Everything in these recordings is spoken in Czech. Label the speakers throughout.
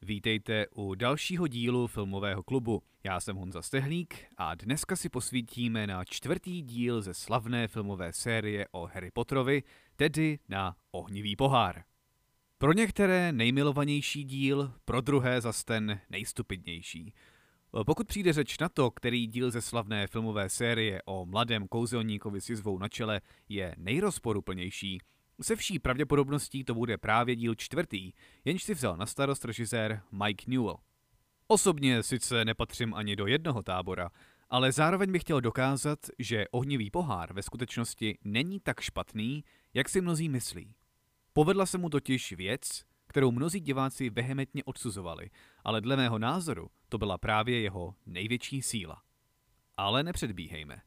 Speaker 1: Vítejte u dalšího dílu Filmového klubu. Já jsem Honza Stehlík a dneska si posvítíme na 4. díl ze slavné filmové série o Harry Potterovi, tedy na Ohnivý pohár. Pro některé nejmilovanější díl, pro druhé zas ten nejstupidnější. Pokud přijde řeč na to, který díl ze slavné filmové série o mladém kouzelníkovi s jizvou na čele je nejrozporuplnější, se vší pravděpodobností to bude právě díl 4., jenž si vzal na starost režisér Mike Newell. Osobně sice nepatřím ani do jednoho tábora, ale zároveň bych chtěl dokázat, že Ohnivý pohár ve skutečnosti není tak špatný, jak si mnozí myslí. Povedla se mu totiž věc, kterou mnozí diváci vehementně odsuzovali, ale dle mého názoru to byla právě jeho největší síla. Ale nepředbíhejme.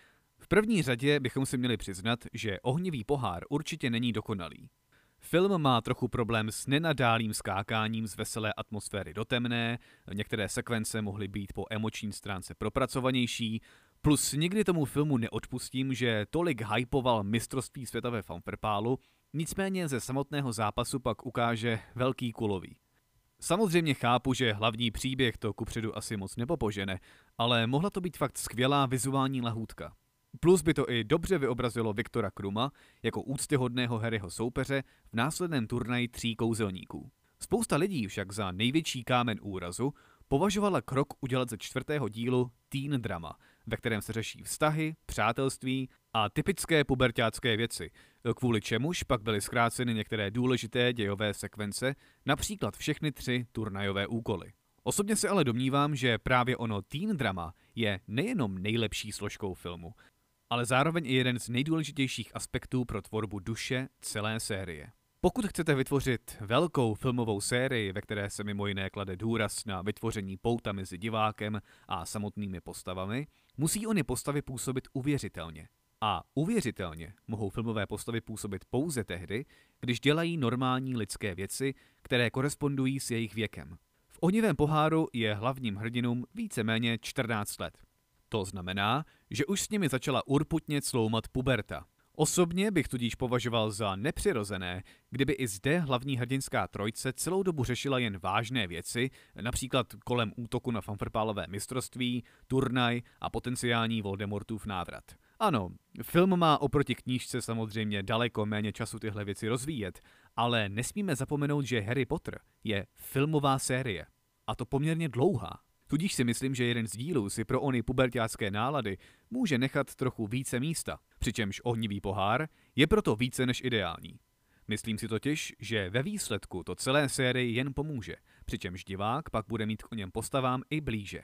Speaker 1: V první řadě bychom si měli přiznat, že Ohnivý pohár určitě není dokonalý. Film má trochu problém s nenadálým skákáním z veselé atmosféry do temné, některé sekvence mohly být po emoční stránce propracovanější, plus nikdy tomu filmu neodpustím, že tolik hypoval mistrovství světa ve fanfarpálu, nicméně ze samotného zápasu pak ukáže velký kulový. Samozřejmě chápu, že hlavní příběh to kupředu asi moc nepopožene, ale mohla to být fakt skvělá vizuální lahůdka. Plus by to i dobře vyobrazilo Viktora Kruma jako úctyhodného Harryho soupeře v následném turnaji 3 kouzelníků. Spousta lidí však za největší kámen úrazu považovala krok udělat ze 4. dílu teen drama, ve kterém se řeší vztahy, přátelství a typické puberťácké věci, kvůli čemuž pak byly zkráceny některé důležité dějové sekvence, například všechny 3 turnajové úkoly. Osobně se ale domnívám, že právě ono teen drama je nejenom nejlepší složkou filmu, ale zároveň i jeden z nejdůležitějších aspektů pro tvorbu duše celé série. Pokud chcete vytvořit velkou filmovou sérii, ve které se mimo jiné klade důraz na vytvoření pouta mezi divákem a samotnými postavami, musí ony postavy působit uvěřitelně. A uvěřitelně mohou filmové postavy působit pouze tehdy, když dělají normální lidské věci, které korespondují s jejich věkem. V Ohnivém poháru je hlavním hrdinům víceméně 14 let. To znamená, že už s nimi začala urputně cloumat puberta. Osobně bych tudíž považoval za nepřirozené, kdyby i zde hlavní hrdinská trojce celou dobu řešila jen vážné věci, například kolem útoku na fanfarpálové mistrovství, turnaj a potenciální Voldemortův návrat. Ano, film má oproti knížce samozřejmě daleko méně času tyhle věci rozvíjet, ale nesmíme zapomenout, že Harry Potter je filmová série. A to poměrně dlouhá. Tudíž si myslím, že jeden z dílů si pro ony puberťácké nálady může nechat trochu více místa, přičemž Ohnivý pohár je proto více než ideální. Myslím si totiž, že ve výsledku to celé sérii jen pomůže, přičemž divák pak bude mít k něm postavám i blíže.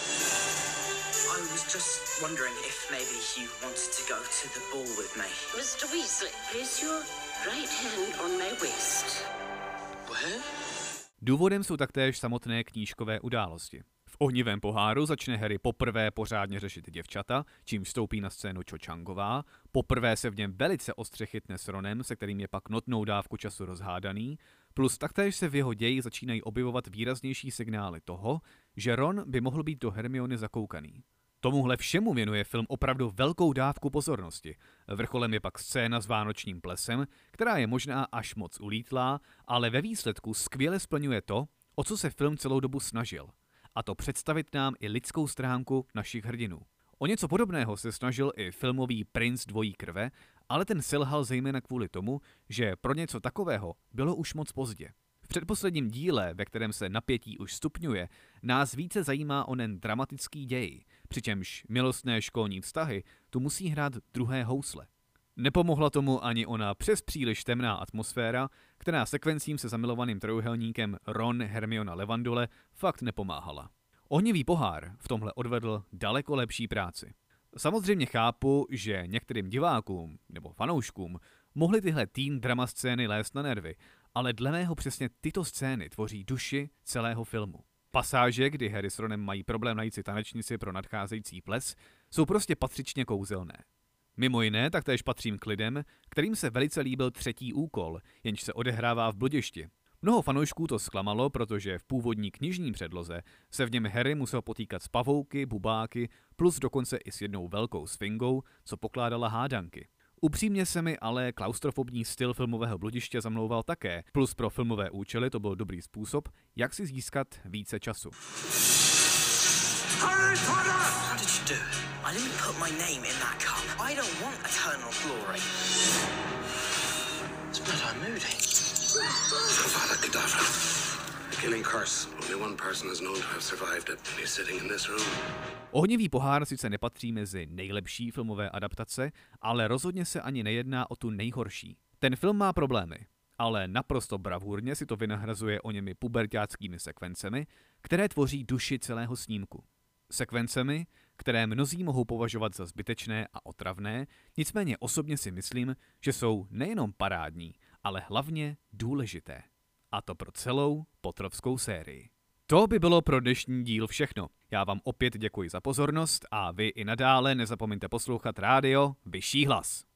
Speaker 1: Důvodem jsou taktéž samotné knížkové události. V Ohnivém poháru začne Harry poprvé pořádně řešit děvčata, čím vstoupí na scénu Cho Changová, poprvé se v něm velice ostře chytne s Ronem, se kterým je pak notnou dávku času rozhádaný, plus taktéž se v jeho ději začínají objevovat výraznější signály toho, že Ron by mohl být do Hermiony zakoukaný. Tomuhle všemu věnuje film opravdu velkou dávku pozornosti. Vrcholem je pak scéna s vánočním plesem, která je možná až moc ulítlá, ale ve výsledku skvěle splňuje to, o co se film celou dobu snažil. A to představit nám i lidskou stránku našich hrdinů. O něco podobného se snažil i filmový Princ dvojí krve, ale ten selhal zejména kvůli tomu, že pro něco takového bylo už moc pozdě. V předposledním díle, ve kterém se napětí už stupňuje, nás více zajímá onen dramatický děj, přičemž milostné školní vztahy tu musí hrát druhé housle. Nepomohla tomu ani ona přes příliš temná atmosféra, která sekvencím se zamilovaným trojúhelníkem Ron, Hermiona, Levandule fakt nepomáhala. Ohnivý pohár v tomhle odvedl daleko lepší práci. Samozřejmě chápu, že některým divákům nebo fanouškům mohly tyhle teen drama scény lézt na nervy, ale dle mého přesně tyto scény tvoří duši celého filmu. Pasáže, kdy Harry s Ronem mají problém najít si tanečnici pro nadcházející ples, jsou prostě patřičně kouzelné. Mimo jiné taktéž patřím k lidem, kterým se velice líbil 3. úkol, jenž se odehrává v Bludišti. Mnoho fanoušků to zklamalo, protože v původní knižní předloze se v něm Harry musel potýkat s pavouky, bubáky, plus dokonce i s jednou velkou sfingou, co pokládala hádanky. Upřímně se mi ale klaustrofobní styl filmového Bludiště zamlouval také, plus pro filmové účely to byl dobrý způsob, jak si získat více času.
Speaker 2: Harry Potter! How did you do it? I didn't put my name in that cup. I don't want eternal glory. It's Blood-Eye Moody.
Speaker 3: Avada Kedavra. The killing curse. Only one person is known to have survived it. He's sitting in this room.
Speaker 1: Ohnivý pohár sice nepatří mezi nejlepší filmové adaptace, ale rozhodně se ani nejedná o tu nejhorší. Ten film má problémy, ale naprosto bravurně si to vynahrazuje oněmi puberťáckými sekvencemi, které tvoří duši celého snímku. Sekvencemi, které mnozí mohou považovat za zbytečné a otravné, nicméně osobně si myslím, že jsou nejenom parádní, ale hlavně důležité. A to pro celou Potterovskou sérii. To by bylo pro dnešní díl všechno. Já vám opět děkuji za pozornost a vy i nadále nezapomeňte poslouchat rádio Vyšší hlas.